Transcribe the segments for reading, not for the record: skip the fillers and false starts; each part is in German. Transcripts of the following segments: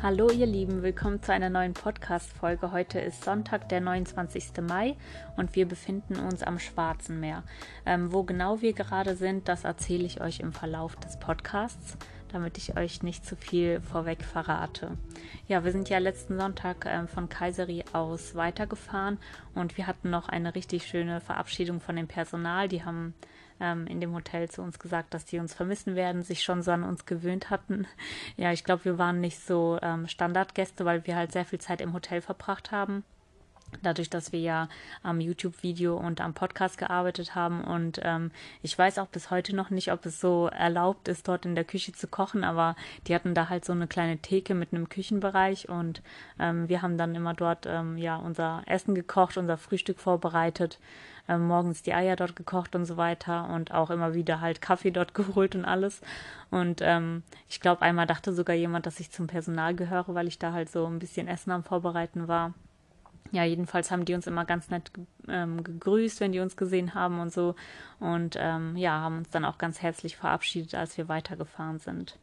Hallo ihr Lieben, willkommen zu einer neuen Podcast-Folge. Heute ist Sonntag, der 29. Mai und wir befinden uns am Schwarzen Meer. Wo genau wir gerade sind, das erzähle ich euch im Verlauf des Podcasts, damit ich euch nicht zu viel vorweg verrate. Ja, wir sind ja letzten Sonntag von Kayseri aus weitergefahren und wir hatten noch eine richtig schöne Verabschiedung von dem Personal. Die haben in dem Hotel zu uns gesagt, dass die uns vermissen werden, sich schon so an uns gewöhnt hatten. Ja, ich glaube, wir waren nicht so Standardgäste, weil wir halt sehr viel Zeit im Hotel verbracht haben. Dadurch, dass wir ja am YouTube-Video und am Podcast gearbeitet haben und ich weiß auch bis heute noch nicht, ob es so erlaubt ist, dort in der Küche zu kochen, aber die hatten da halt so eine kleine Theke mit einem Küchenbereich und wir haben dann immer dort unser Essen gekocht, unser Frühstück vorbereitet, morgens die Eier dort gekocht und so weiter und auch immer wieder halt Kaffee dort geholt und alles und ich glaube, einmal dachte sogar jemand, dass ich zum Personal gehöre, weil ich da halt so ein bisschen Essen am Vorbereiten war. Ja, jedenfalls haben die uns immer ganz nett gegrüßt, wenn die uns gesehen haben und so. Und haben uns dann auch ganz herzlich verabschiedet, als wir weitergefahren sind.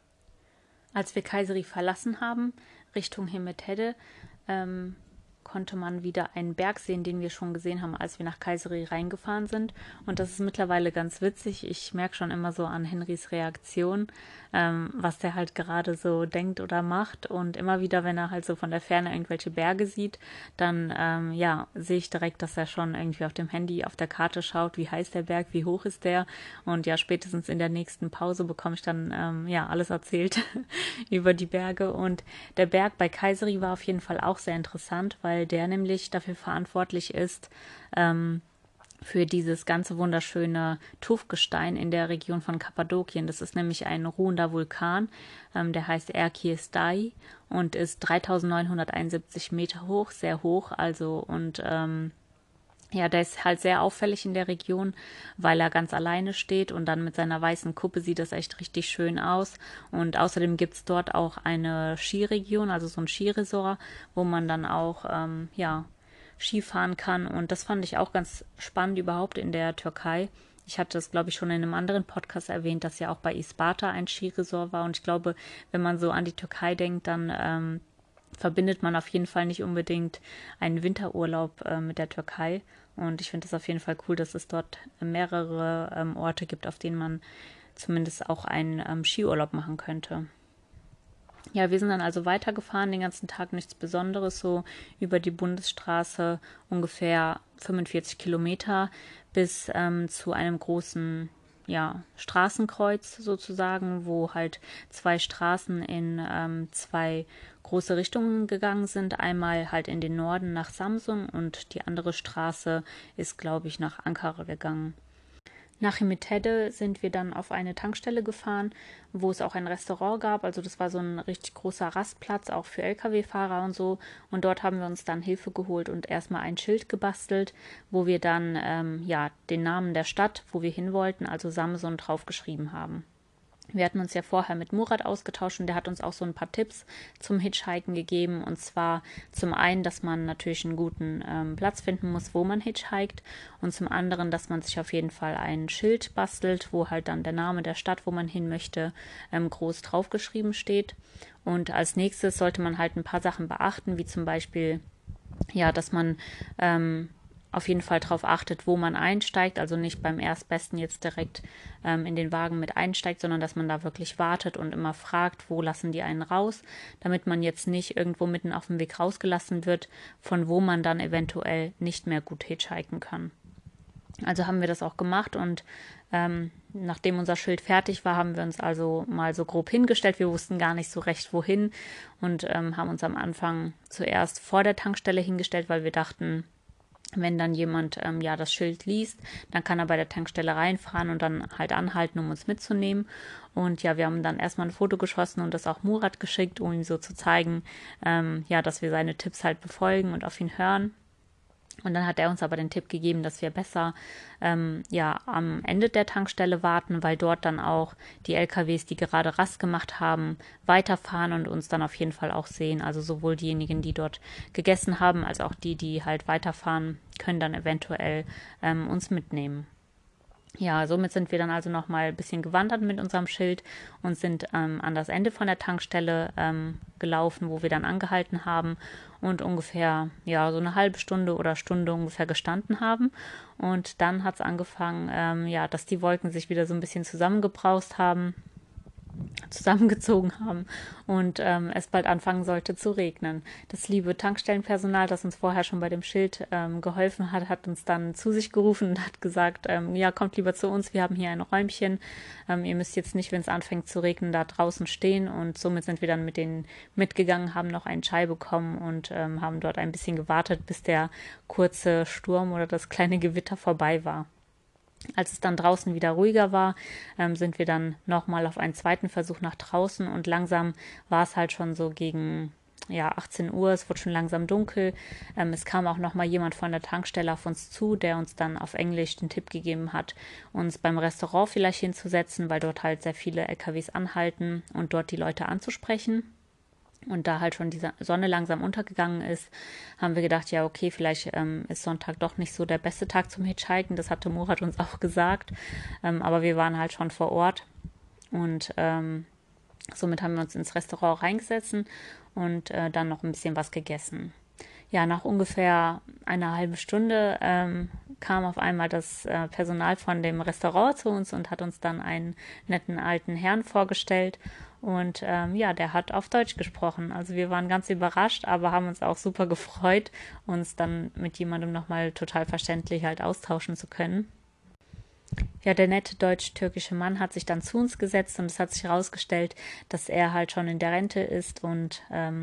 Als wir Kayseri verlassen haben, Richtung Himmetede, konnte man wieder einen Berg sehen, den wir schon gesehen haben, als wir nach Kayseri reingefahren sind. Und das ist mittlerweile ganz witzig. Ich merke schon immer so an Henrys Reaktion, was der halt gerade so denkt oder macht. Und immer wieder, wenn er halt so von der Ferne irgendwelche Berge sieht, dann sehe ich direkt, dass er schon irgendwie auf dem Handy auf der Karte schaut, wie heißt der Berg, wie hoch ist der. Und ja, spätestens in der nächsten Pause bekomme ich dann alles erzählt über die Berge. Und der Berg bei Kayseri war auf jeden Fall auch sehr interessant, weil der nämlich dafür verantwortlich ist, für dieses ganze wunderschöne Tuffgestein in der Region von Kappadokien. Das ist nämlich ein ruhender Vulkan, der heißt Erciyes Dağ und ist 3971 Meter hoch, sehr hoch, der ist halt sehr auffällig in der Region, weil er ganz alleine steht und dann mit seiner weißen Kuppe sieht das echt richtig schön aus. Und außerdem gibt es dort auch eine Skiregion, also so ein Skiresort, wo man dann auch Skifahren kann. Und das fand ich auch ganz spannend überhaupt in der Türkei. Ich hatte das, glaube ich, schon in einem anderen Podcast erwähnt, dass ja auch bei Isparta ein Skiresort war. Und ich glaube, wenn man so an die Türkei denkt, dann verbindet man auf jeden Fall nicht unbedingt einen Winterurlaub mit der Türkei. Und ich finde es auf jeden Fall cool, dass es dort mehrere Orte gibt, auf denen man zumindest auch einen Skiurlaub machen könnte. Ja, wir sind dann also weitergefahren, den ganzen Tag nichts Besonderes, so über die Bundesstraße ungefähr 45 Kilometer bis zu einem großen Straßenkreuz sozusagen, wo halt zwei Straßen in zwei große Richtungen gegangen sind. Einmal halt in den Norden nach Samsun und die andere Straße ist, glaube ich, nach Ankara gegangen. Nach Himmetede sind wir dann auf eine Tankstelle gefahren, wo es auch ein Restaurant gab. Also das war so ein richtig großer Rastplatz, auch für Lkw-Fahrer und so. Und dort haben wir uns dann Hilfe geholt und erstmal ein Schild gebastelt, wo wir dann den Namen der Stadt, wo wir hin wollten, also Samsun, draufgeschrieben haben. Wir hatten uns ja vorher mit Murat ausgetauscht und der hat uns auch so ein paar Tipps zum Hitchhiken gegeben. Und zwar zum einen, dass man natürlich einen guten Platz finden muss, wo man hitchhiked. Und zum anderen, dass man sich auf jeden Fall ein Schild bastelt, wo halt dann der Name der Stadt, wo man hin möchte, groß draufgeschrieben steht. Und als nächstes sollte man halt ein paar Sachen beachten, wie zum Beispiel, dass man auf jeden Fall darauf achtet, wo man einsteigt, also nicht beim Erstbesten jetzt direkt in den Wagen mit einsteigt, sondern dass man da wirklich wartet und immer fragt, wo lassen die einen raus, damit man jetzt nicht irgendwo mitten auf dem Weg rausgelassen wird, von wo man dann eventuell nicht mehr gut hitchhiken kann. Also haben wir das auch gemacht und nachdem unser Schild fertig war, haben wir uns also mal so grob hingestellt. Wir wussten gar nicht so recht, wohin und haben uns am Anfang zuerst vor der Tankstelle hingestellt, weil wir dachten, wenn dann jemand das Schild liest, dann kann er bei der Tankstelle reinfahren und dann halt anhalten, um uns mitzunehmen. Und ja, wir haben dann erstmal ein Foto geschossen und das auch Murat geschickt, um ihm so zu zeigen, dass wir seine Tipps halt befolgen und auf ihn hören. Und dann hat er uns aber den Tipp gegeben, dass wir besser am Ende der Tankstelle warten, weil dort dann auch die LKWs, die gerade Rast gemacht haben, weiterfahren und uns dann auf jeden Fall auch sehen. Also sowohl diejenigen, die dort gegessen haben, als auch die halt weiterfahren, können dann eventuell uns mitnehmen. Ja, somit sind wir dann also noch mal ein bisschen gewandert mit unserem Schild und sind an das Ende von der Tankstelle gelaufen, wo wir dann angehalten haben und ungefähr, ja, so eine halbe Stunde oder Stunde ungefähr gestanden haben. Und dann hat es angefangen, ja, dass die Wolken sich wieder so ein bisschen zusammengebraust haben, zusammengezogen haben und es bald anfangen sollte zu regnen. Das liebe Tankstellenpersonal, das uns vorher schon bei dem Schild geholfen hat, hat uns dann zu sich gerufen und hat gesagt, ja, kommt lieber zu uns, wir haben hier ein Räumchen. Ihr müsst jetzt nicht, wenn es anfängt zu regnen, da draußen stehen. Und somit sind wir dann mit denen mitgegangen, haben noch einen Chai bekommen und haben dort ein bisschen gewartet, bis der kurze Sturm oder das kleine Gewitter vorbei war. Als es dann draußen wieder ruhiger war, sind wir dann nochmal auf einen zweiten Versuch nach draußen und langsam war es halt schon so gegen, ja, 18 Uhr, es wurde schon langsam dunkel. Es kam auch nochmal jemand von der Tankstelle auf uns zu, der uns dann auf Englisch den Tipp gegeben hat, uns beim Restaurant vielleicht hinzusetzen, weil dort halt sehr viele LKWs anhalten und dort die Leute anzusprechen. Und da halt schon die Sonne langsam untergegangen ist, haben wir gedacht, ja, okay, vielleicht ist Sonntag doch nicht so der beste Tag zum Hitchhiken. Das hatte Murat uns auch gesagt. Aber wir waren halt schon vor Ort. Und somit haben wir uns ins Restaurant reingesetzt und dann noch ein bisschen was gegessen. Ja, nach ungefähr einer halben Stunde kam auf einmal das Personal von dem Restaurant zu uns und hat uns dann einen netten alten Herrn vorgestellt. Und ja, der hat auf Deutsch gesprochen. Also wir waren ganz überrascht, aber haben uns auch super gefreut, uns dann mit jemandem nochmal total verständlich halt austauschen zu können. Ja, der nette deutsch-türkische Mann hat sich dann zu uns gesetzt und es hat sich herausgestellt, dass er halt schon in der Rente ist und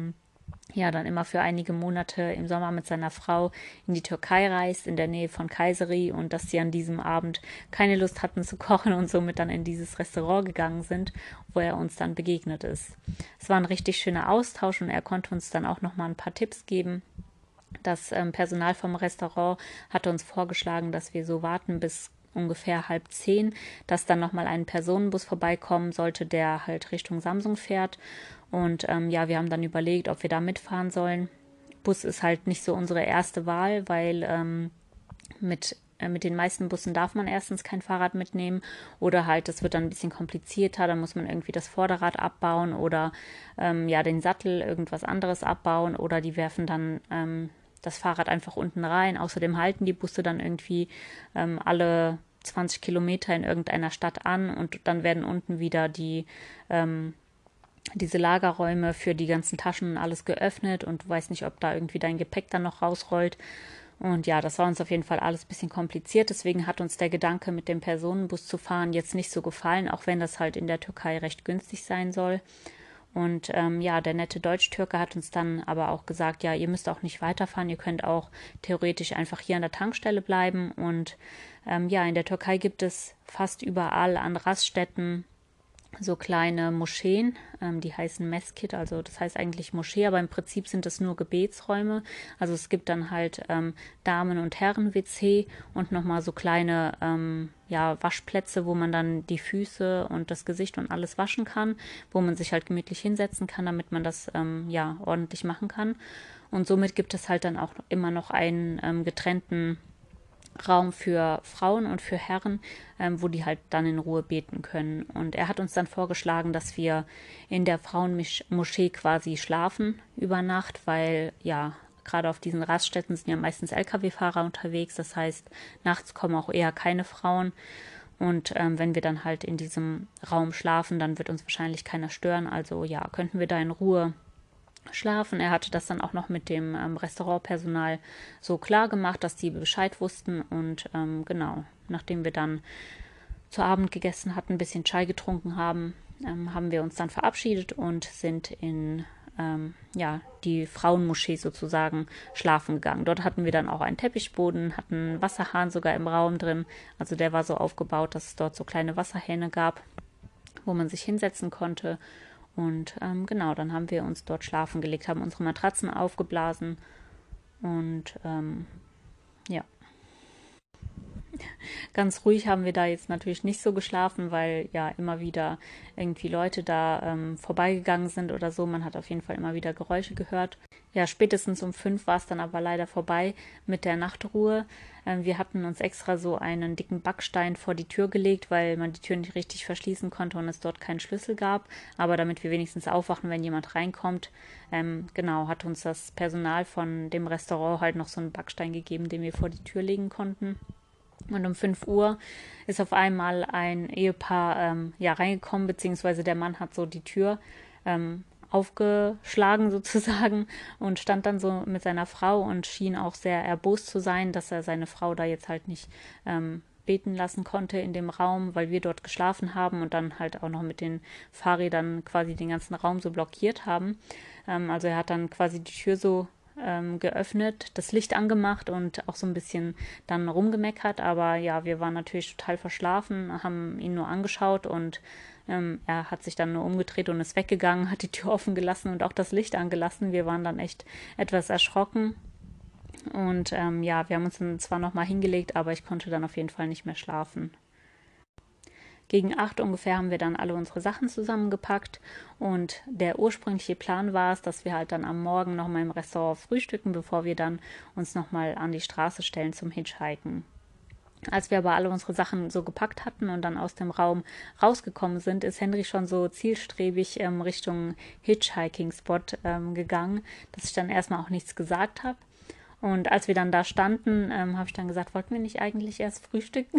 ja, dann immer für einige Monate im Sommer mit seiner Frau in die Türkei reist, in der Nähe von Kayseri und dass sie an diesem Abend keine Lust hatten zu kochen und somit dann in dieses Restaurant gegangen sind, wo er uns dann begegnet ist. Es war ein richtig schöner Austausch und er konnte uns dann auch nochmal ein paar Tipps geben. Das Personal vom Restaurant hatte uns vorgeschlagen, dass wir so warten bis ungefähr 9:30, dass dann nochmal ein Personenbus vorbeikommen sollte, der halt Richtung Samsung fährt. Und ja, wir haben dann überlegt, ob wir da mitfahren sollen. Bus ist halt nicht so unsere erste Wahl, weil mit den meisten Bussen darf man erstens kein Fahrrad mitnehmen oder halt, das wird dann ein bisschen komplizierter, da muss man irgendwie das Vorderrad abbauen oder ja, den Sattel, irgendwas anderes abbauen oder die werfen dann das Fahrrad einfach unten rein. Außerdem halten die Busse dann irgendwie alle 20 Kilometer in irgendeiner Stadt an und dann werden unten wieder diese Lagerräume für die ganzen Taschen und alles geöffnet und du weißt nicht, ob da irgendwie dein Gepäck dann noch rausrollt. Und ja, das war uns auf jeden Fall alles ein bisschen kompliziert. Deswegen hat uns der Gedanke, mit dem Personenbus zu fahren, jetzt nicht so gefallen, auch wenn das halt in der Türkei recht günstig sein soll. Und ja, der nette Deutsch-Türke hat uns dann aber auch gesagt, ja, ihr müsst auch nicht weiterfahren, ihr könnt auch theoretisch einfach hier an der Tankstelle bleiben. Und ja, in der Türkei gibt es fast überall an Raststätten so kleine Moscheen, die heißen Meskit, also das heißt eigentlich Moschee, aber im Prinzip sind das nur Gebetsräume. Also es gibt dann halt Damen- und Herren-WC und nochmal so kleine ja, Waschplätze, wo man dann die Füße und das Gesicht und alles waschen kann, wo man sich halt gemütlich hinsetzen kann, damit man das ja ordentlich machen kann. Und somit gibt es halt dann auch immer noch einen getrennten Raum für Frauen und für Herren, wo die halt dann in Ruhe beten können. Und er hat uns dann vorgeschlagen, dass wir in der Frauenmoschee quasi schlafen über Nacht, weil ja, gerade auf diesen Raststätten sind ja meistens Lkw-Fahrer unterwegs. Das heißt, nachts kommen auch eher keine Frauen. Und wenn wir dann halt in diesem Raum schlafen, dann wird uns wahrscheinlich keiner stören. Also ja, könnten wir da in Ruhe schlafen. Er hatte das dann auch noch mit dem Restaurantpersonal so klar gemacht, dass die Bescheid wussten. Und genau, nachdem wir dann zu Abend gegessen hatten, ein bisschen Chai getrunken haben, haben wir uns dann verabschiedet und sind in ja, die Frauenmoschee sozusagen schlafen gegangen. Dort hatten wir dann auch einen Teppichboden, hatten einen Wasserhahn sogar im Raum drin. Also der war so aufgebaut, dass es dort so kleine Wasserhähne gab, wo man sich hinsetzen konnte. Und genau, dann haben wir uns dort schlafen gelegt, haben unsere Matratzen aufgeblasen und ja, ganz ruhig haben wir da jetzt natürlich nicht so geschlafen, weil ja immer wieder irgendwie Leute da vorbeigegangen sind oder so. Man hat auf jeden Fall immer wieder Geräusche gehört. Ja, spätestens um 5 war es dann aber leider vorbei mit der Nachtruhe. Wir hatten uns extra so einen dicken Backstein vor die Tür gelegt, weil man die Tür nicht richtig verschließen konnte und es dort keinen Schlüssel gab. Aber damit wir wenigstens aufwachen, wenn jemand reinkommt, genau, hat uns das Personal von dem Restaurant halt noch so einen Backstein gegeben, den wir vor die Tür legen konnten. Und um 5 Uhr ist auf einmal ein Ehepaar ja, reingekommen, beziehungsweise der Mann hat so die Tür aufgeschlagen sozusagen und stand dann so mit seiner Frau und schien auch sehr erbost zu sein, dass er seine Frau da jetzt halt nicht beten lassen konnte in dem Raum, weil wir dort geschlafen haben und dann halt auch noch mit den Fahrrädern quasi den ganzen Raum so blockiert haben. Also er hat dann quasi die Tür so geöffnet, das Licht angemacht und auch so ein bisschen dann rumgemeckert, aber ja, wir waren natürlich total verschlafen, haben ihn nur angeschaut und er hat sich dann nur umgedreht und ist weggegangen, hat die Tür offen gelassen und auch das Licht angelassen. Wir waren dann echt etwas erschrocken und ja, wir haben uns dann zwar nochmal hingelegt, aber ich konnte dann auf jeden Fall nicht mehr schlafen. Gegen 8 ungefähr haben wir dann alle unsere Sachen zusammengepackt und der ursprüngliche Plan war es, dass wir halt dann am Morgen nochmal im Restaurant frühstücken, bevor wir dann uns nochmal an die Straße stellen zum Hitchhiken. Als wir aber alle unsere Sachen so gepackt hatten und dann aus dem Raum rausgekommen sind, ist Henry schon so zielstrebig Richtung Hitchhiking-Spot gegangen, dass ich dann erstmal auch nichts gesagt habe. Und als wir dann da standen, habe ich dann gesagt, wollten wir nicht eigentlich erst frühstücken?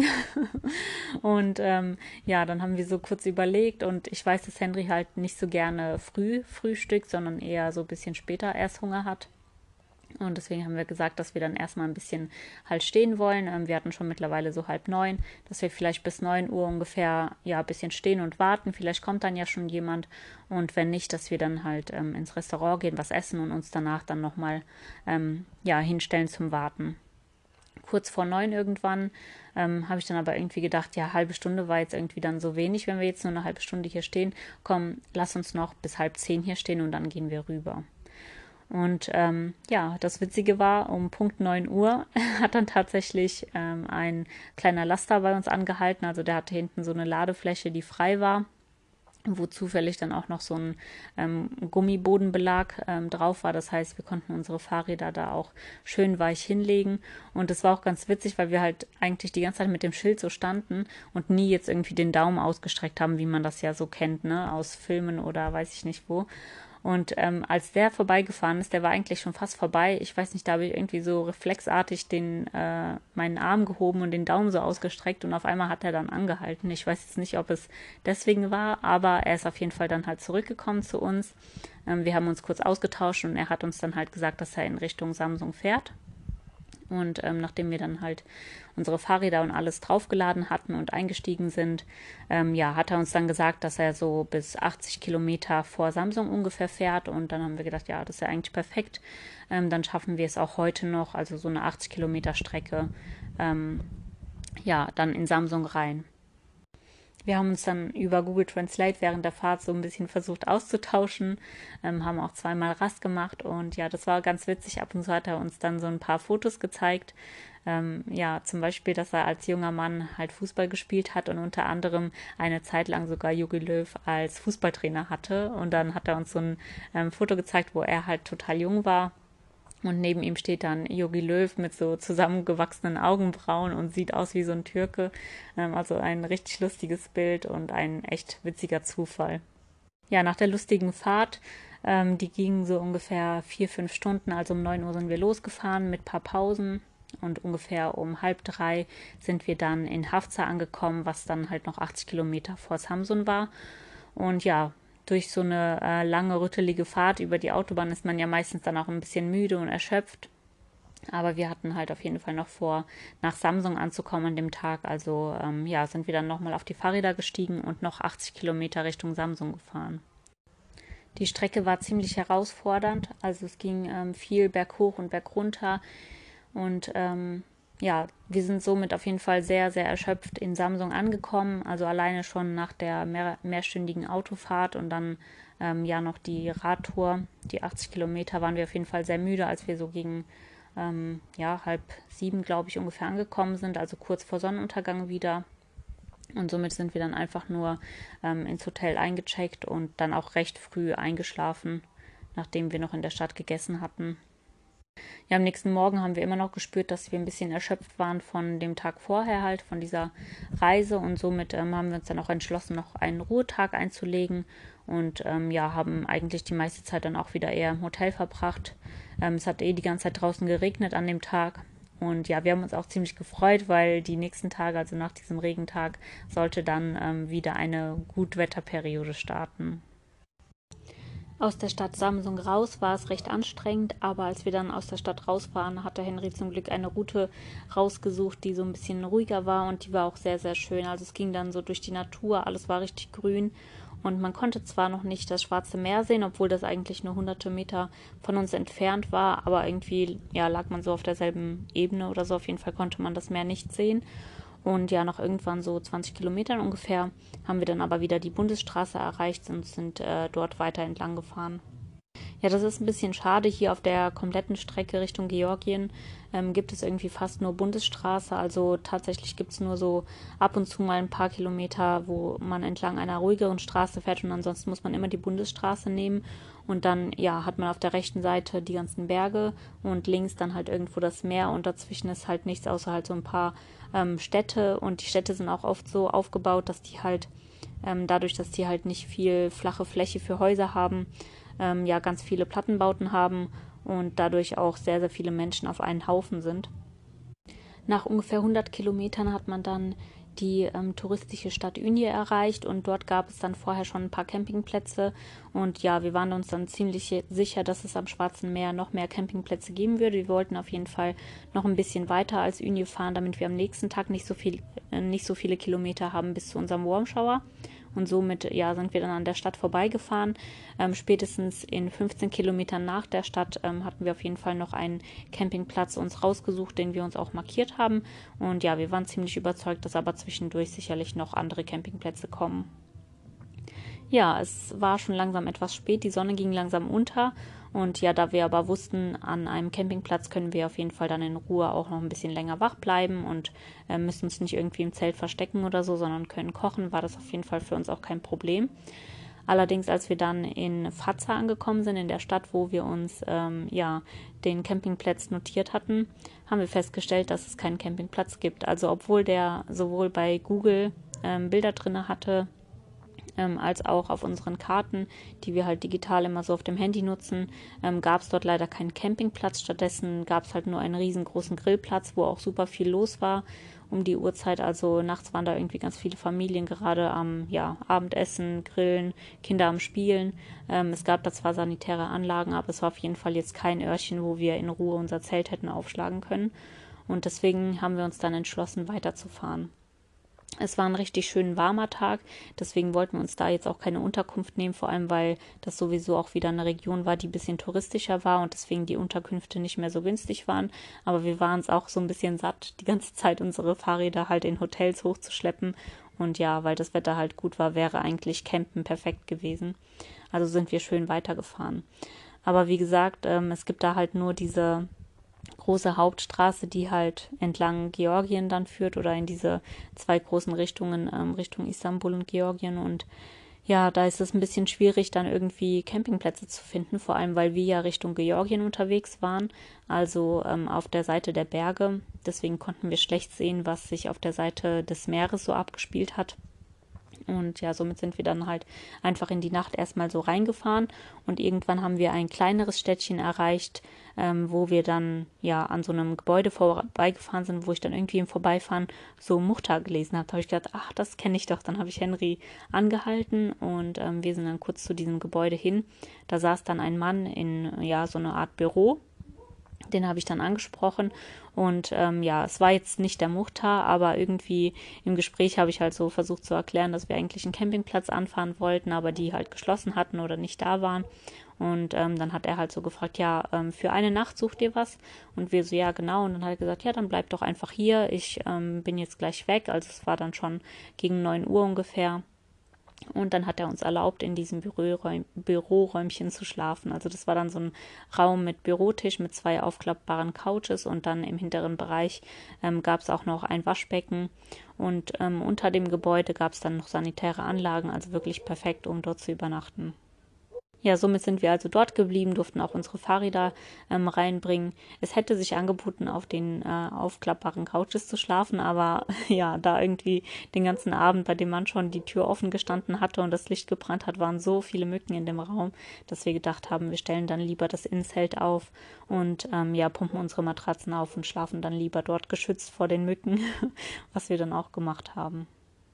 Und ja, dann haben wir so kurz überlegt und ich weiß, dass Henry halt nicht so gerne früh frühstückt, sondern eher so ein bisschen später erst Hunger hat. Und deswegen haben wir gesagt, dass wir dann erstmal ein bisschen halt stehen wollen. Wir hatten schon mittlerweile so 8:30, dass wir vielleicht bis 9 Uhr ungefähr ja ein bisschen stehen und warten. Vielleicht kommt dann ja schon jemand. Und wenn nicht, dass wir dann halt ins Restaurant gehen, was essen und uns danach dann nochmal ja, hinstellen zum Warten. Kurz vor 9 irgendwann habe ich dann aber irgendwie gedacht, ja, halbe Stunde war jetzt irgendwie dann so wenig, wenn wir jetzt nur eine halbe Stunde hier stehen. Komm, lass uns noch bis 9:30 hier stehen und dann gehen wir rüber. Und ja, das Witzige war, um Punkt 9 Uhr hat dann tatsächlich ein kleiner Laster bei uns angehalten. Also der hatte hinten so eine Ladefläche, die frei war, wo zufällig dann auch noch so ein Gummibodenbelag drauf war. Das heißt, wir konnten unsere Fahrräder da auch schön weich hinlegen. Und das war auch ganz witzig, weil wir halt eigentlich die ganze Zeit mit dem Schild so standen und nie jetzt irgendwie den Daumen ausgestreckt haben, wie man das ja so kennt, ne, aus Filmen oder weiß ich nicht wo. Und als der vorbeigefahren ist, der war eigentlich schon fast vorbei. Ich weiß nicht, da habe ich irgendwie so reflexartig meinen Arm gehoben und den Daumen so ausgestreckt und auf einmal hat er dann angehalten. Ich weiß jetzt nicht, ob es deswegen war, aber er ist auf jeden Fall dann halt zurückgekommen zu uns. Wir haben uns kurz ausgetauscht und er hat uns dann halt gesagt, dass er in Richtung Samsung fährt. Und nachdem wir dann halt unsere Fahrräder und alles draufgeladen hatten und eingestiegen sind, ja, hat er uns dann gesagt, dass er so bis 80 Kilometer vor Samsung ungefähr fährt. Und dann haben wir gedacht, ja, das ist ja eigentlich perfekt. Dann schaffen wir es auch heute noch, also so eine 80 Kilometer Strecke, ja, dann in Samsung rein. Wir haben uns dann über Google Translate während der Fahrt so ein bisschen versucht auszutauschen, haben auch zweimal Rast gemacht und ja, das war ganz witzig. Ab und zu hat er uns dann so ein paar Fotos gezeigt. Ja, zum Beispiel, dass er als junger Mann halt Fußball gespielt hat und unter anderem eine Zeit lang sogar Jogi Löw als Fußballtrainer hatte. Und dann hat er uns so ein Foto gezeigt, wo er halt total jung war. Und neben ihm steht dann Jogi Löw mit so zusammengewachsenen Augenbrauen und sieht aus wie so ein Türke. Also ein richtig lustiges Bild und ein echt witziger Zufall. Ja, nach der lustigen Fahrt, die ging so ungefähr 4, 5 Stunden. Also um 9 Uhr sind wir losgefahren mit ein paar Pausen. Und ungefähr um 2:30 sind wir dann in Hafza angekommen, was dann halt noch 80 Kilometer vor Samsun war. Und ja, durch so eine lange, rüttelige Fahrt über die Autobahn ist man ja meistens dann auch ein bisschen müde und erschöpft. Aber wir hatten halt auf jeden Fall noch vor, nach Samsung anzukommen an dem Tag. Also ja, sind wir dann nochmal auf die Fahrräder gestiegen und noch 80 Kilometer Richtung Samsung gefahren. Die Strecke war ziemlich herausfordernd. Also es ging viel berghoch und bergunter. Und ja, wir sind somit auf jeden Fall sehr, sehr erschöpft in Samsung angekommen. Also alleine schon nach der mehrstündigen Autofahrt und dann ja noch die Radtour, die 80 Kilometer, waren wir auf jeden Fall sehr müde, als wir so gegen ja, 6:30, glaube ich, ungefähr angekommen sind. Also kurz vor Sonnenuntergang wieder. Und somit sind wir dann einfach nur ins Hotel eingecheckt und dann auch recht früh eingeschlafen. nachdem wir noch in der Stadt gegessen hatten. Ja, am nächsten Morgen haben wir immer noch gespürt, dass wir ein bisschen erschöpft waren von dem Tag vorher halt, von dieser Reise und somit haben wir uns dann auch entschlossen, noch einen Ruhetag einzulegen und ja, haben eigentlich die meiste Zeit dann auch wieder eher im Hotel verbracht. Es hat die ganze Zeit draußen geregnet an dem Tag. Und ja, wir haben uns auch ziemlich gefreut, weil die nächsten Tage, also nach diesem Regentag, sollte dann wieder eine Gutwetterperiode starten. Aus der Stadt Samsung raus war es recht anstrengend, aber als wir dann aus der Stadt raus waren, hatte Henry zum Glück eine Route rausgesucht, die so ein bisschen ruhiger war und die war auch sehr, sehr schön. Also es ging dann so durch die Natur, alles war richtig grün und man konnte zwar noch nicht das Schwarze Meer sehen, obwohl das eigentlich nur hunderte Meter von uns entfernt war, aber irgendwie ja, lag man so auf derselben Ebene oder so. Auf jeden Fall konnte man das Meer nicht sehen. Und ja, nach irgendwann so 20 Kilometern ungefähr haben wir dann aber wieder die Bundesstraße erreicht und sind dort weiter entlang gefahren. Ja, das ist ein bisschen schade. Hier auf der kompletten Strecke Richtung Georgien gibt es irgendwie fast nur Bundesstraße. Also tatsächlich gibt es nur so ab und zu mal ein paar Kilometer, wo man entlang einer ruhigeren Straße fährt und ansonsten muss man immer die Bundesstraße nehmen. Und dann, ja, hat man auf der rechten Seite die ganzen Berge und links dann halt irgendwo das Meer und dazwischen ist halt nichts außer halt so ein paar Städte und die Städte sind auch oft so aufgebaut, dass die halt dadurch, dass die halt nicht viel flache Fläche für Häuser haben, ja ganz viele Plattenbauten haben und dadurch auch sehr, sehr viele Menschen auf einen Haufen sind. Nach ungefähr 100 Kilometern hat man dann die touristische Stadt Ünye erreicht und dort gab es dann vorher schon ein paar Campingplätze und ja, wir waren uns dann ziemlich sicher, dass es am Schwarzen Meer noch mehr Campingplätze geben würde. Wir wollten auf jeden Fall noch ein bisschen weiter als Ünye fahren, damit wir am nächsten Tag nicht so viele Kilometer haben bis zu unserem Warm Shower. Und somit ja, sind wir dann an der Stadt vorbeigefahren. Spätestens in 15 Kilometern nach der Stadt hatten wir auf jeden Fall noch einen Campingplatz uns rausgesucht, den wir uns auch markiert haben. Und ja, wir waren ziemlich überzeugt, dass aber zwischendurch sicherlich noch andere Campingplätze kommen. Ja, es war schon langsam etwas spät, die Sonne ging langsam unter und ja, da wir aber wussten, an einem Campingplatz können wir auf jeden Fall dann in Ruhe auch noch ein bisschen länger wach bleiben und müssen uns nicht irgendwie im Zelt verstecken oder so, sondern können kochen, war das auf jeden Fall für uns auch kein Problem. Allerdings, als wir dann in Faza angekommen sind, in der Stadt, wo wir uns ja, den Campingplatz notiert hatten, haben wir festgestellt, dass es keinen Campingplatz gibt. Also obwohl der sowohl bei Google Bilder drin hatte, als auch auf unseren Karten, die wir halt digital immer so auf dem Handy nutzen, gab es dort leider keinen Campingplatz. Stattdessen gab es halt nur einen riesengroßen Grillplatz, wo auch super viel los war um die Uhrzeit. Also nachts waren da irgendwie ganz viele Familien gerade am ja, Abendessen, Grillen, Kinder am Spielen. Es gab da zwar sanitäre Anlagen, aber es war auf jeden Fall jetzt kein Örtchen, wo wir in Ruhe unser Zelt hätten aufschlagen können. Und deswegen haben wir uns dann entschlossen, weiterzufahren. Es war ein richtig schön warmer Tag, deswegen wollten wir uns da jetzt auch keine Unterkunft nehmen, vor allem weil das sowieso auch wieder eine Region war, die ein bisschen touristischer war und deswegen die Unterkünfte nicht mehr so günstig waren. Aber wir waren es auch so ein bisschen satt, die ganze Zeit unsere Fahrräder halt in Hotels hochzuschleppen. Und ja, weil das Wetter halt gut war, wäre eigentlich Campen perfekt gewesen. Also sind wir schön weitergefahren. Aber wie gesagt, es gibt da halt nur diese große Hauptstraße, die halt entlang Georgien dann führt oder in diese zwei großen Richtungen, Richtung Istanbul und Georgien. Und ja, da ist es ein bisschen schwierig, dann irgendwie Campingplätze zu finden, vor allem weil wir ja Richtung Georgien unterwegs waren, also auf der Seite der Berge. Deswegen konnten wir schlecht sehen, was sich auf der Seite des Meeres so abgespielt hat. Und ja, somit sind wir dann halt einfach in die Nacht erstmal so reingefahren und irgendwann haben wir ein kleineres Städtchen erreicht, wo wir dann ja an so einem Gebäude vorbeigefahren sind, wo ich dann irgendwie im Vorbeifahren so Muchtar gelesen habe. Da habe ich gedacht, ach, das kenne ich doch. Dann habe ich Henry angehalten und wir sind dann kurz zu diesem Gebäude hin. Da saß dann ein Mann in ja so eine Art Büro. Den habe ich dann angesprochen und ja, es war jetzt nicht der Muchtar, aber irgendwie im Gespräch habe ich halt so versucht zu erklären, dass wir eigentlich einen Campingplatz anfahren wollten, aber die halt geschlossen hatten oder nicht da waren. Und dann hat er halt so gefragt, ja, für eine Nacht sucht ihr was? Und wir so, ja, genau. Und dann hat er gesagt, ja, dann bleibt doch einfach hier. Ich bin jetzt gleich weg. Also es war dann schon gegen 9 Uhr ungefähr. Und dann hat er uns erlaubt, in diesem Büroräumchen zu schlafen. Also das war dann so ein Raum mit Bürotisch, mit 2 aufklappbaren Couches und dann im hinteren Bereich gab es auch noch ein Waschbecken. Und unter dem Gebäude gab es dann noch sanitäre Anlagen, also wirklich perfekt, um dort zu übernachten. Ja, somit sind wir also dort geblieben, durften auch unsere Fahrräder reinbringen. Es hätte sich angeboten, auf den aufklappbaren Couches zu schlafen, aber ja, da irgendwie den ganzen Abend bei dem Mann schon die Tür offen gestanden hatte und das Licht gebrannt hat, waren so viele Mücken in dem Raum, dass wir gedacht haben, wir stellen dann lieber das Innenzelt auf und ja, pumpen unsere Matratzen auf und schlafen dann lieber dort geschützt vor den Mücken, was wir dann auch gemacht haben.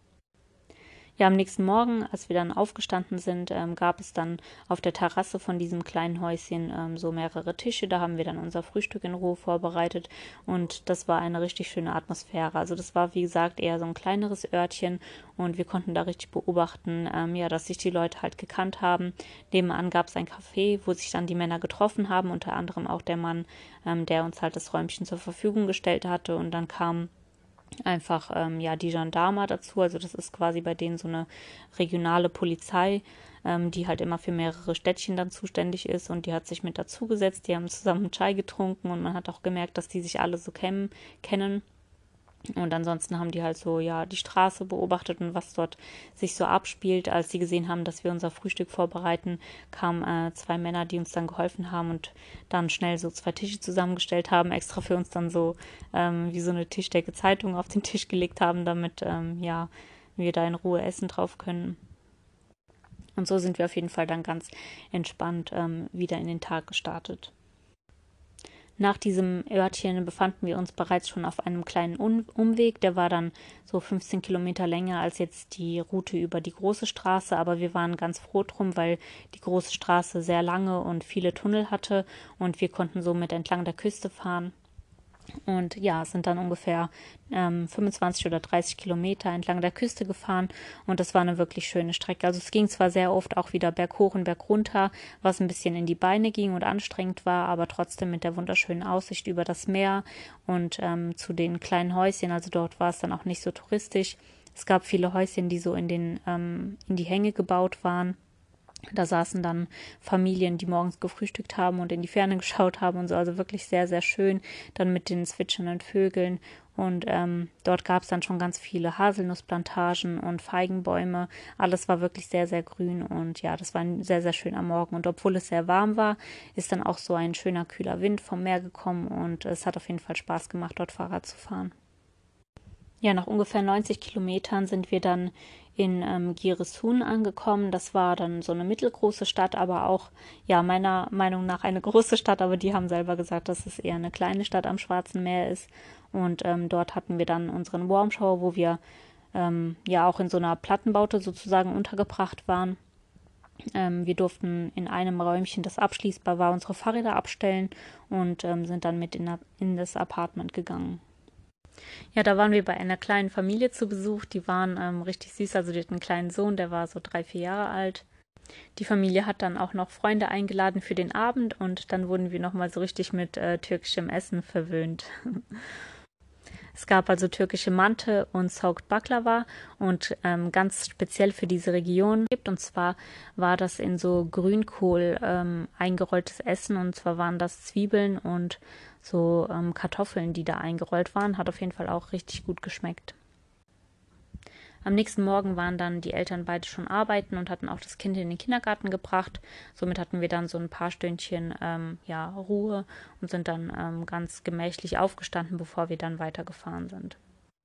Ja, am nächsten Morgen, als wir dann aufgestanden sind, gab es dann auf der Terrasse von diesem kleinen Häuschen so mehrere Tische. Da haben wir dann unser Frühstück in Ruhe vorbereitet und das war eine richtig schöne Atmosphäre. Also das war, wie gesagt, eher so ein kleineres Örtchen und wir konnten da richtig beobachten, ja, dass sich die Leute halt gekannt haben. Nebenan gab es ein Café, wo sich dann die Männer getroffen haben, unter anderem auch der Mann, der uns halt das Räumchen zur Verfügung gestellt hatte und dann kam einfach ja die Gendarmer dazu. Also das ist quasi bei denen so eine regionale Polizei, die halt immer für mehrere Städtchen dann zuständig ist und die hat sich mit dazugesetzt. Die haben zusammen Chai getrunken und man hat auch gemerkt, dass die sich alle so kennen. Und ansonsten haben die halt so, ja, die Straße beobachtet und was dort sich so abspielt. Als sie gesehen haben, dass wir unser Frühstück vorbereiten, kamen zwei Männer, die uns dann geholfen haben und dann schnell so zwei Tische zusammengestellt haben, extra für uns dann so wie so eine Tischdecke Zeitung auf den Tisch gelegt haben, damit ja, wir da in Ruhe essen drauf können. Und so sind wir auf jeden Fall dann ganz entspannt wieder in den Tag gestartet. Nach diesem Örtchen befanden wir uns bereits schon auf einem kleinen Umweg. Der war dann so 15 Kilometer länger als jetzt die Route über die große Straße, aber wir waren ganz froh drum, weil die große Straße sehr lange und viele Tunnel hatte und wir konnten somit entlang der Küste fahren. Und ja, es sind dann ungefähr 25 oder 30 Kilometer entlang der Küste gefahren und das war eine wirklich schöne Strecke. Also es ging zwar sehr oft auch wieder berghoch und bergunter, was ein bisschen in die Beine ging und anstrengend war, aber trotzdem mit der wunderschönen Aussicht über das Meer und zu den kleinen Häuschen. Also dort war es dann auch nicht so touristisch. Es gab viele Häuschen, die so in die Hänge gebaut waren. Da saßen dann Familien, die morgens gefrühstückt haben und in die Ferne geschaut haben und so. Also wirklich sehr, sehr schön. Dann mit den zwitschernden Vögeln. Und dort gab es dann schon ganz viele Haselnussplantagen und Feigenbäume. Alles war wirklich sehr, sehr grün. Und ja, das war ein sehr, sehr schöner Morgen. Und obwohl es sehr warm war, ist dann auch so ein schöner, kühler Wind vom Meer gekommen. Und es hat auf jeden Fall Spaß gemacht, dort Fahrrad zu fahren. Ja, nach ungefähr 90 Kilometern sind wir dann in Giresun angekommen. Das war dann so eine mittelgroße Stadt, aber auch, ja, meiner Meinung nach eine große Stadt, aber die haben selber gesagt, dass es eher eine kleine Stadt am Schwarzen Meer ist. Und dort hatten wir dann unseren Warm Shower, wo wir ja auch in so einer Plattenbaute sozusagen untergebracht waren. Wir durften in einem Räumchen, das abschließbar war, unsere Fahrräder abstellen und sind dann mit in das Apartment gegangen. Ja, da waren wir bei einer kleinen Familie zu Besuch. Die waren richtig süß. Also die hatten einen kleinen Sohn, der war so 3, 4 Jahre alt. Die Familie hat dann auch noch Freunde eingeladen für den Abend und dann wurden wir nochmal so richtig mit türkischem Essen verwöhnt. Es gab also türkische Mante und Soaked Baklava und ganz speziell für diese Region gibt. Und zwar war das in so Grünkohl eingerolltes Essen und zwar waren das Zwiebeln und so Kartoffeln, die da eingerollt waren. Hat auf jeden Fall auch richtig gut geschmeckt. Am nächsten Morgen waren dann die Eltern beide schon arbeiten und hatten auch das Kind in den Kindergarten gebracht. Somit hatten wir dann so ein paar Stündchen ja, Ruhe und sind dann ganz gemächlich aufgestanden, bevor wir dann weitergefahren sind.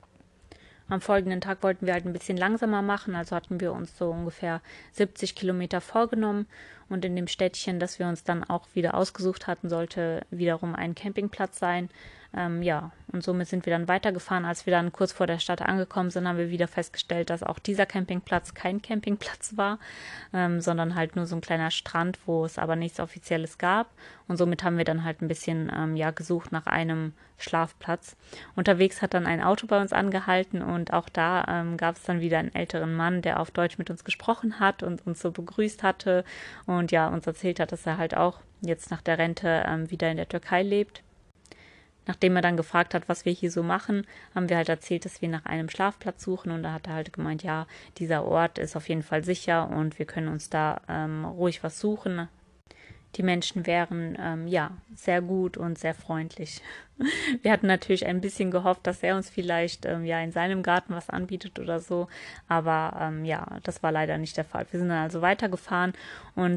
Am folgenden Tag wollten wir halt ein bisschen langsamer machen, also hatten wir uns so ungefähr 70 Kilometer vorgenommen und in dem Städtchen, das wir uns dann auch wieder ausgesucht hatten, sollte wiederum ein Campingplatz sein. Ja, und somit sind wir dann weitergefahren. Als wir dann kurz vor der Stadt angekommen sind, haben wir wieder festgestellt, dass auch dieser Campingplatz kein Campingplatz war, sondern halt nur so ein kleiner Strand, wo es aber nichts Offizielles gab. Und somit haben wir dann halt ein bisschen ja, gesucht nach einem Schlafplatz. Unterwegs hat dann ein Auto bei uns angehalten und auch da gab es dann wieder einen älteren Mann, der auf Deutsch mit uns gesprochen hat und uns so begrüßt hatte und ja, uns erzählt hat, dass er halt auch jetzt nach der Rente wieder in der Türkei lebt. Nachdem er dann gefragt hat, was wir hier so machen, haben wir halt erzählt, dass wir nach einem Schlafplatz suchen und da hat er halt gemeint, ja, dieser Ort ist auf jeden Fall sicher und wir können uns da ruhig was suchen. Die Menschen wären ja sehr gut und sehr freundlich. Wir hatten natürlich ein bisschen gehofft, dass er uns vielleicht ja in seinem Garten was anbietet oder so, aber ja, das war leider nicht der Fall. Wir sind dann also weitergefahren und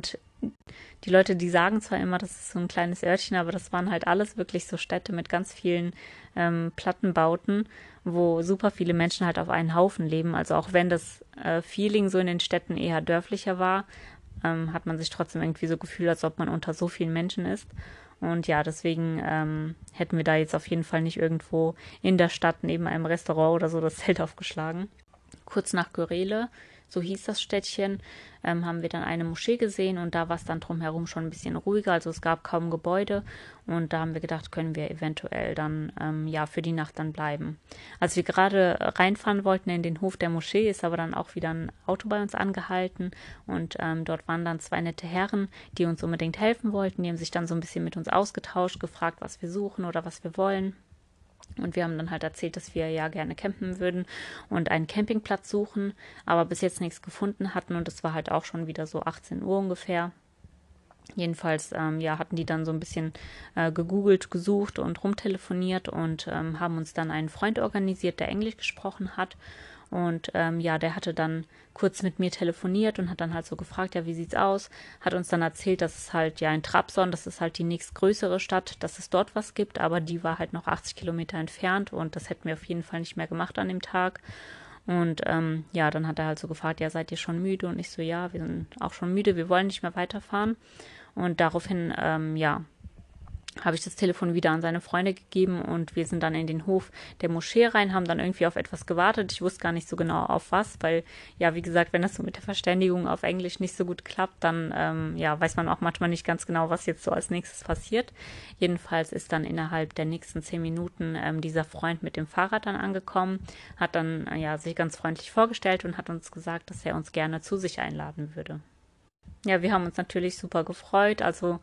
Die Leute, die sagen zwar immer, das ist so ein kleines Örtchen, aber das waren halt alles wirklich so Städte mit ganz vielen Plattenbauten, wo super viele Menschen halt auf einen Haufen leben. Also auch wenn das Feeling so in den Städten eher dörflicher war, hat man sich trotzdem irgendwie so gefühlt, als ob man unter so vielen Menschen ist. Und ja, deswegen hätten wir da jetzt auf jeden Fall nicht irgendwo in der Stadt neben einem Restaurant oder so das Zelt aufgeschlagen. Kurz nach Görele, so hieß das Städtchen, haben wir dann eine Moschee gesehen und da war es dann drumherum schon ein bisschen ruhiger, also es gab kaum Gebäude und da haben wir gedacht, können wir eventuell dann ja für die Nacht dann bleiben. Als wir gerade reinfahren wollten in den Hof der Moschee, ist aber dann auch wieder ein Auto bei uns angehalten und dort waren dann zwei nette Herren, die uns unbedingt helfen wollten. Die haben sich dann so ein bisschen mit uns ausgetauscht, gefragt, was wir suchen oder was wir wollen. Und wir haben dann halt erzählt, dass wir ja gerne campen würden und einen Campingplatz suchen, aber bis jetzt nichts gefunden hatten und es war halt auch schon wieder so 18 Uhr ungefähr. Jedenfalls ja, hatten die dann so ein bisschen gegoogelt, gesucht und rumtelefoniert und haben uns dann einen Freund organisiert, der Englisch gesprochen hat. Und ja, der hatte dann kurz mit mir telefoniert und hat dann halt so gefragt, ja, wie sieht's aus? Hat uns dann erzählt, dass es halt ja in Trabzon, das ist halt die nächstgrößere Stadt, dass es dort was gibt, aber die war halt noch 80 Kilometer entfernt und das hätten wir auf jeden Fall nicht mehr gemacht an dem Tag. Und ja, dann hat er halt so gefragt, ja, seid ihr schon müde? Und ich so, ja, wir sind auch schon müde, wir wollen nicht mehr weiterfahren. Und daraufhin, ja, habe ich das Telefon wieder an seine Freunde gegeben und wir sind dann in den Hof der Moschee rein, haben dann irgendwie auf etwas gewartet. Ich wusste gar nicht so genau auf was, weil, ja, wie gesagt, wenn das so mit der Verständigung auf Englisch nicht so gut klappt, dann, ja, weiß man auch manchmal nicht ganz genau, was jetzt so als nächstes passiert. Jedenfalls ist dann innerhalb der nächsten 10 Minuten dieser Freund mit dem Fahrrad dann angekommen, hat dann, ja, sich ganz freundlich vorgestellt und hat uns gesagt, dass er uns gerne zu sich einladen würde. Ja, wir haben uns natürlich super gefreut. Also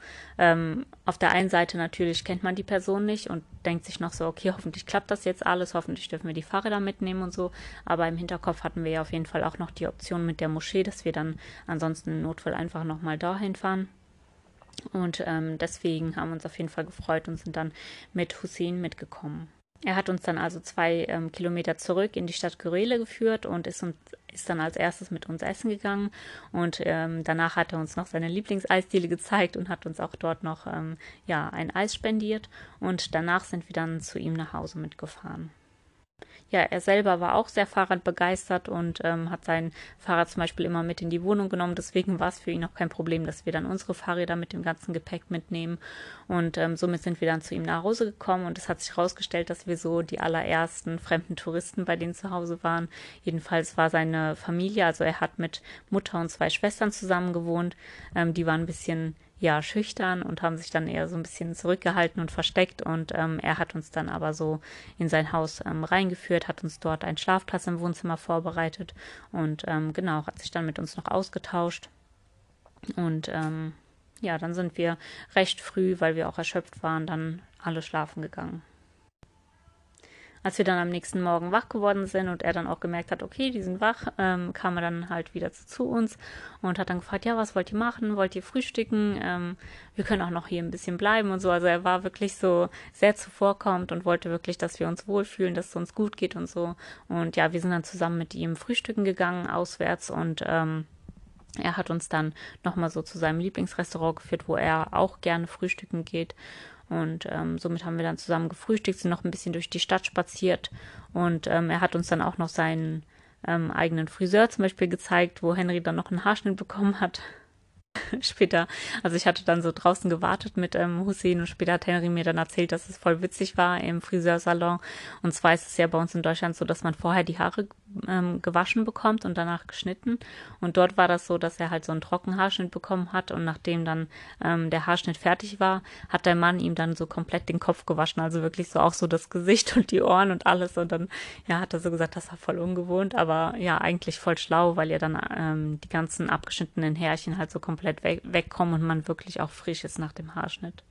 auf der einen Seite natürlich kennt man die Person nicht und denkt sich noch so, okay, hoffentlich klappt das jetzt alles, hoffentlich dürfen wir die Fahrräder mitnehmen und so. Aber im Hinterkopf hatten wir ja auf jeden Fall auch noch die Option mit der Moschee, dass wir dann ansonsten im Notfall einfach nochmal dahin fahren. Und deswegen haben wir uns auf jeden Fall gefreut und sind dann mit Hussein mitgekommen. Er hat uns dann also 2 Kilometer zurück in die Stadt Gürele geführt und ist dann als erstes mit uns essen gegangen. Und danach hat er uns noch seine Lieblingseisdiele gezeigt und hat uns auch dort noch ja, ein Eis spendiert. Und danach sind wir dann zu ihm nach Hause mitgefahren. Ja, er selber war auch sehr Fahrradbegeistert und hat sein Fahrrad zum Beispiel immer mit in die Wohnung genommen. Deswegen war es für ihn auch kein Problem, dass wir dann unsere Fahrräder mit dem ganzen Gepäck mitnehmen. Und somit sind wir dann zu ihm nach Hause gekommen und es hat sich herausgestellt, dass wir so die allerersten fremden Touristen bei denen zu Hause waren. Jedenfalls war seine Familie, also er hat mit Mutter und 2 Schwestern zusammen gewohnt. Die waren ein bisschen ja, schüchtern und haben sich dann eher so ein bisschen zurückgehalten und versteckt. Und er hat uns dann aber so in sein Haus reingeführt, hat uns dort einen Schlafplatz im Wohnzimmer vorbereitet und genau, hat sich dann mit uns noch ausgetauscht. Und ja, dann sind wir recht früh, weil wir auch erschöpft waren, dann alle schlafen gegangen. Als wir dann am nächsten Morgen wach geworden sind und er dann auch gemerkt hat, okay, die sind wach, kam er dann halt wieder zu uns und hat dann gefragt, ja, was wollt ihr machen? Wollt ihr frühstücken? Wir können auch noch hier ein bisschen bleiben und so. Also er war wirklich so sehr zuvorkommend und wollte wirklich, dass wir uns wohlfühlen, dass es uns gut geht und so. Und ja, wir sind dann zusammen mit ihm frühstücken gegangen, auswärts und er hat uns dann nochmal so zu seinem Lieblingsrestaurant geführt, wo er auch gerne frühstücken geht. Und somit haben wir dann zusammen gefrühstückt, sind noch ein bisschen durch die Stadt spaziert. Und er hat uns dann auch noch seinen eigenen Friseur zum Beispiel gezeigt, wo Henry dann noch einen Haarschnitt bekommen hat. Später, also ich hatte dann so draußen gewartet mit Hussein und später hat Henry mir dann erzählt, dass es voll witzig war im Friseursalon. Und zwar ist es ja bei uns in Deutschland so, dass man vorher die Haare gewaschen bekommt und danach geschnitten. Und dort war das so, dass er halt so einen Trockenhaarschnitt bekommen hat und nachdem dann der Haarschnitt fertig war, hat der Mann ihm dann so komplett den Kopf gewaschen, also wirklich so auch so das Gesicht und die Ohren und alles und dann ja, hat er so gesagt, das war voll ungewohnt, aber ja, eigentlich voll schlau, weil ja dann die ganzen abgeschnittenen Härchen halt so komplett wegkommen und man wirklich auch frisch ist nach dem Haarschnitt.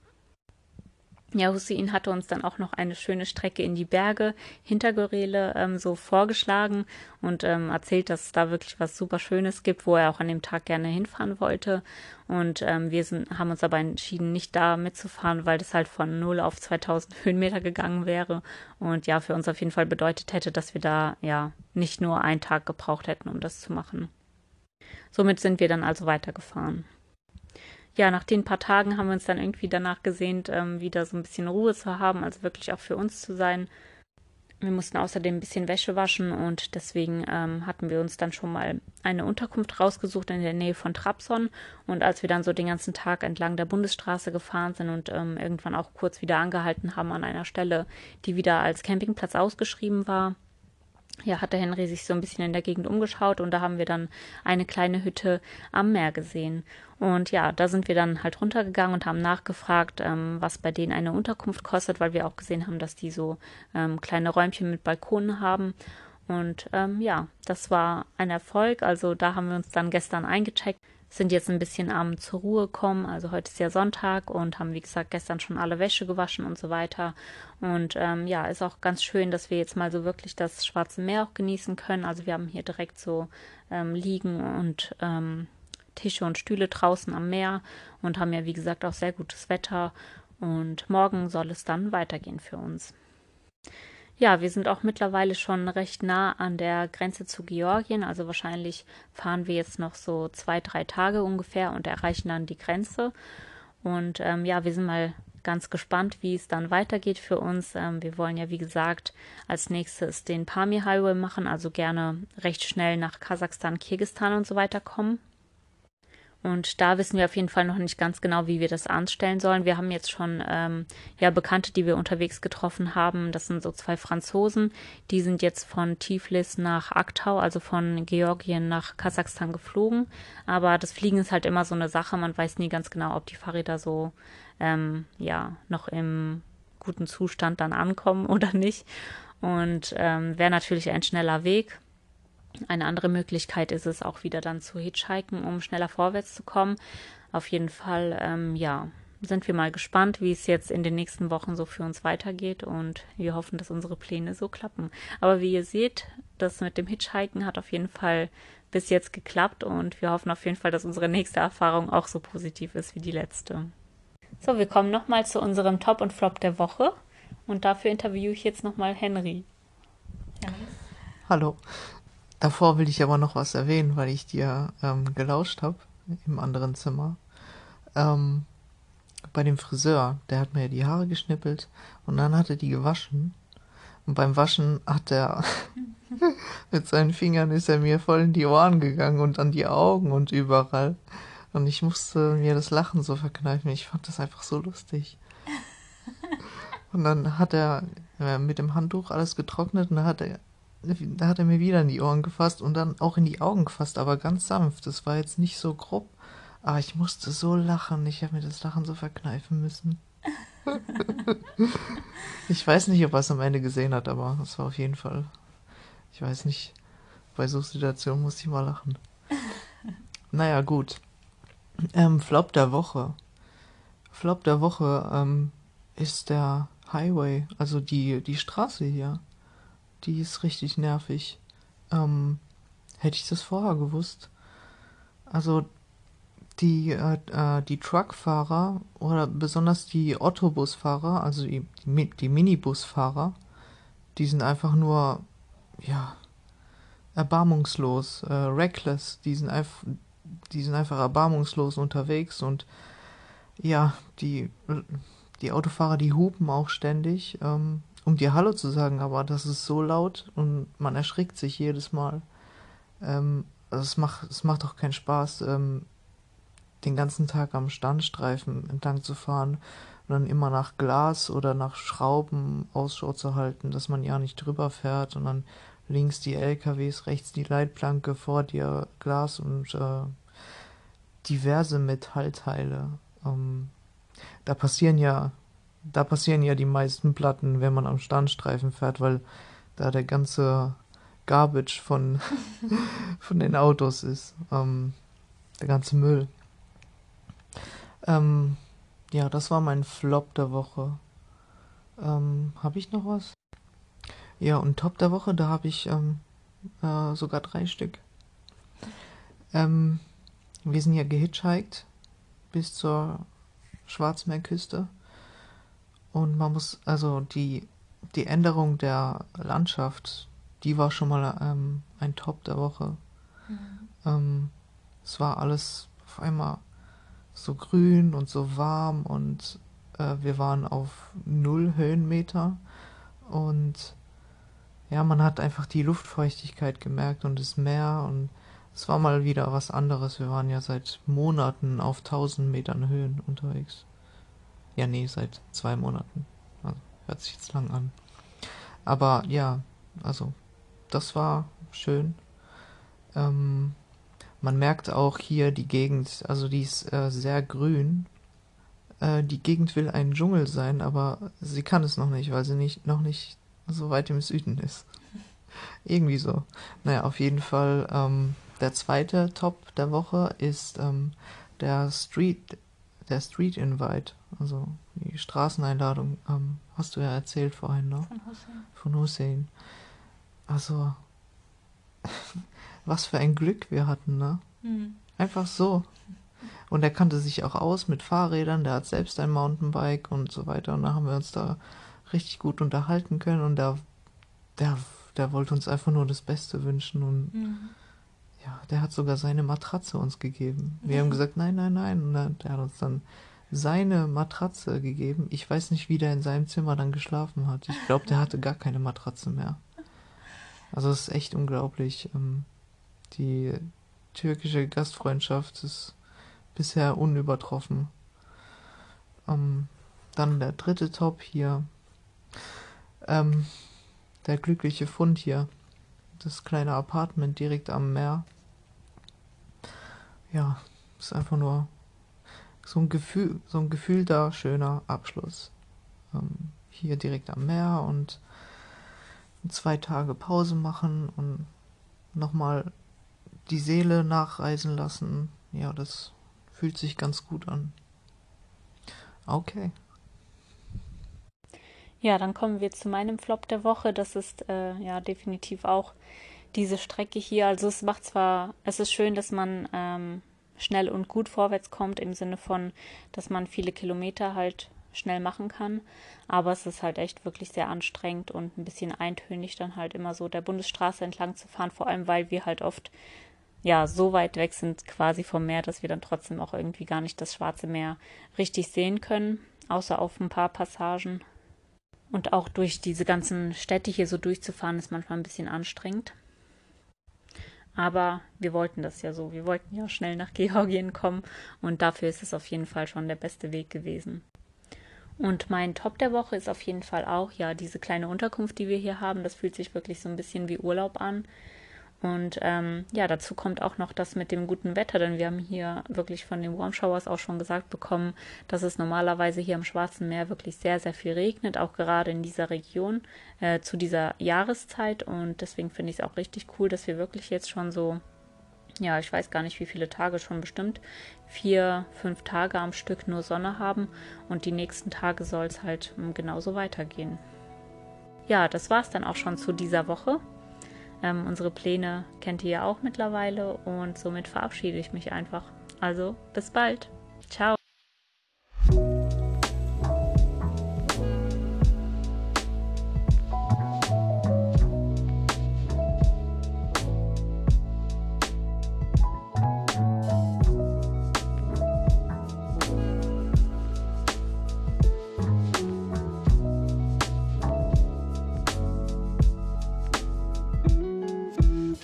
Ja, Hussein hatte uns dann auch noch eine schöne Strecke in die Berge hinter Gorele so vorgeschlagen und erzählt, dass es da wirklich was super Schönes gibt, wo er auch an dem Tag gerne hinfahren wollte. Und haben uns aber entschieden, nicht da mitzufahren, weil das halt von 0 auf 2000 Höhenmeter gegangen wäre und ja, für uns auf jeden Fall bedeutet hätte, dass wir da ja nicht nur einen Tag gebraucht hätten, um das zu machen. Somit sind wir dann also weitergefahren. ja, nach den paar Tagen haben wir uns dann irgendwie danach gesehnt, wieder so ein bisschen Ruhe zu haben, also wirklich auch für uns zu sein. Wir mussten außerdem ein bisschen Wäsche waschen und deswegen hatten wir uns dann schon mal eine Unterkunft rausgesucht in der Nähe von Trabzon. Und als wir dann so den ganzen Tag entlang der Bundesstraße gefahren sind und irgendwann auch kurz wieder angehalten haben an einer Stelle, die wieder als Campingplatz ausgeschrieben war, ja, hat der Henry sich so ein bisschen in der Gegend umgeschaut und da haben wir dann eine kleine Hütte am Meer gesehen. Und ja, da sind wir dann halt runtergegangen und haben nachgefragt, was bei denen eine Unterkunft kostet, weil wir auch gesehen haben, dass die so kleine Räumchen mit Balkonen haben. Und ja, das war ein Erfolg. Also da haben wir uns dann gestern eingecheckt, sind jetzt ein bisschen abends zur Ruhe gekommen. Also heute ist ja Sonntag und haben, wie gesagt, gestern schon alle Wäsche gewaschen und so weiter. Und ja, ist auch ganz schön, dass wir jetzt mal so wirklich das Schwarze Meer auch genießen können. Also wir haben hier direkt so Liegen und Tische und Stühle draußen am Meer und haben ja, wie gesagt, auch sehr gutes Wetter. Und morgen soll es dann weitergehen für uns. Ja, wir sind auch mittlerweile schon recht nah an der Grenze zu Georgien. Also wahrscheinlich fahren wir jetzt noch so 2, 3 Tage ungefähr und erreichen dann die Grenze. Und ja, wir sind mal ganz gespannt, wie es dann weitergeht für uns. Wir wollen ja, wie gesagt, als nächstes den Pamir Highway machen, also gerne recht schnell nach Kasachstan, Kirgisistan und so weiter kommen. Und da wissen wir auf jeden Fall noch nicht ganz genau, wie wir das anstellen sollen. Wir haben jetzt schon ja Bekannte, die wir unterwegs getroffen haben. Das sind so 2 Franzosen. Die sind jetzt von Tiflis nach Aktau, also von Georgien nach Kasachstan geflogen. Aber das Fliegen ist halt immer so eine Sache. Man weiß nie ganz genau, ob die Fahrräder so ja noch im guten Zustand dann ankommen oder nicht. Und wäre natürlich ein schneller Weg. Eine andere Möglichkeit ist es auch wieder dann zu hitchhiken, um schneller vorwärts zu kommen. Auf jeden Fall, ja, sind wir mal gespannt, wie es jetzt in den nächsten Wochen so für uns weitergeht und wir hoffen, dass unsere Pläne so klappen. Aber wie ihr seht, das mit dem Hitchhiken hat auf jeden Fall bis jetzt geklappt und wir hoffen auf jeden Fall, dass unsere nächste Erfahrung auch so positiv ist wie die letzte. So, wir kommen nochmal zu unserem Top und Flop der Woche und dafür interviewe ich jetzt nochmal Henry. Hallo. Davor will ich aber noch was erwähnen, weil ich dir gelauscht habe im anderen Zimmer. Ähm, Bei dem Friseur, der hat mir die Haare geschnippelt und dann hat er die gewaschen. Und beim Waschen hat er mit seinen Fingern ist er mir voll in die Ohren gegangen und an die Augen und überall. Und ich musste mir das Lachen so verkneifen. Ich fand das einfach so lustig. Und dann hat er mit dem Handtuch alles getrocknet und da hat er mir wieder in die Ohren gefasst und dann auch in die Augen gefasst, aber ganz sanft. Das war jetzt nicht so grob. Aber ich musste so lachen. Ich habe mir das Lachen so verkneifen müssen. Ich weiß nicht, ob er es am Ende gesehen hat, aber es war auf jeden Fall. Ich weiß nicht. Bei so Situationen musste ich mal lachen. Naja, gut. Flop der Woche. Flop der Woche ist der Highway, also die Straße hier. Die ist richtig nervig. Hätte ich das vorher gewusst. Also die Truckfahrer oder besonders die Ottobusfahrer, also die Minibusfahrer, die sind einfach nur, ja, erbarmungslos, reckless. Die sind einfach erbarmungslos unterwegs und ja, die Autofahrer, die hupen auch ständig, um dir Hallo zu sagen, aber das ist so laut und man erschrickt sich jedes Mal. Also es macht doch keinen Spaß, den ganzen Tag am Standstreifen entlang zu fahren und dann immer nach Glas oder nach Schrauben Ausschau zu halten, dass man ja nicht drüber fährt und dann links die LKWs, rechts die Leitplanke, vor dir Glas und diverse Metallteile. Da passieren ja, da passieren ja die meisten Platten, wenn man am Standstreifen fährt, weil da der ganze Garbage von den Autos ist, der ganze Müll. Ähm, ja, das war mein Flop der Woche. Habe ich noch was? Ja, und Top der Woche, da habe ich sogar 3 Stück. Ähm, Wir sind ja gehitchhiked bis zur Schwarzmeerküste und man muss, also die Änderung der Landschaft, die war schon mal ein Top der Woche. Es war alles auf einmal so grün und so warm und wir waren auf 0 Höhenmeter und ja, man hat einfach die Luftfeuchtigkeit gemerkt und das Meer und es war mal wieder was anderes. Wir waren ja seit Monaten auf 1000 Metern Höhen unterwegs. Ja, nee, seit 2 Monaten. Also, hört sich jetzt lang an. Aber ja, also das war schön. Ähm, Man merkt auch hier die Gegend, also die ist sehr grün. Die Gegend will ein Dschungel sein, aber sie kann es noch nicht, weil sie noch nicht so weit im Süden ist. Irgendwie so. Naja, auf jeden Fall, der zweite Top der Woche ist der Street, der Street Invite, also die Straßeneinladung, hast du ja erzählt vorhin, ne? Von Hussein. Von Hussein. Also, was für ein Glück wir hatten, ne? Mhm. Einfach so. Und er kannte sich auch aus mit Fahrrädern, der hat selbst ein Mountainbike und so weiter. Und da haben wir uns da richtig gut unterhalten können und der, der wollte uns einfach nur das Beste wünschen und Mhm. ja, der hat sogar seine Matratze uns gegeben. Wir haben gesagt, nein, nein, nein. Und der hat uns dann seine Matratze gegeben. Ich weiß nicht, wie der in seinem Zimmer dann geschlafen hat. Ich glaube, der hatte gar keine Matratze mehr. Also es ist echt unglaublich. Die türkische Gastfreundschaft ist bisher unübertroffen. Dann der dritte Top hier. Ähm, Der glückliche Fund hier. Das kleine Apartment direkt am Meer. Ja, ist einfach nur so ein gefühlter, schöner Abschluss. Hier direkt am Meer und 2 Tage Pause machen und nochmal die Seele nachreisen lassen. Ja, das fühlt sich ganz gut an. Okay. Ja, dann kommen wir zu meinem Flop der Woche. Das ist ja definitiv auch diese Strecke hier. Also es macht zwar, es ist schön, dass man schnell und gut vorwärts kommt, im Sinne von, dass man viele Kilometer halt schnell machen kann. Aber es ist halt echt wirklich sehr anstrengend und ein bisschen eintönig, dann halt immer so der Bundesstraße entlang zu fahren, vor allem weil wir halt oft ja so weit weg sind quasi vom Meer, dass wir dann trotzdem auch irgendwie gar nicht das Schwarze Meer richtig sehen können, außer auf ein paar Passagen. Und auch durch diese ganzen Städte hier so durchzufahren, ist manchmal ein bisschen anstrengend. Aber wir wollten das ja so. Wir wollten ja schnell nach Georgien kommen und dafür ist es auf jeden Fall schon der beste Weg gewesen. Und mein Top der Woche ist auf jeden Fall auch, ja, diese kleine Unterkunft, die wir hier haben. Das fühlt sich wirklich so ein bisschen wie Urlaub an. Und ja, dazu kommt auch noch das mit dem guten Wetter, denn wir haben hier wirklich von den Warm Showers auch schon gesagt bekommen, dass es normalerweise hier am Schwarzen Meer wirklich sehr, sehr viel regnet, auch gerade in dieser Region zu dieser Jahreszeit. Und deswegen finde ich es auch richtig cool, dass wir wirklich jetzt schon so, ja, ich weiß gar nicht, wie viele Tage schon bestimmt, 4, 5 Tage am Stück nur Sonne haben. Und die nächsten Tage soll es halt genauso weitergehen. Ja, das war es dann auch schon zu dieser Woche. Unsere Pläne kennt ihr ja auch mittlerweile und somit verabschiede ich mich einfach. Also bis bald. Ciao.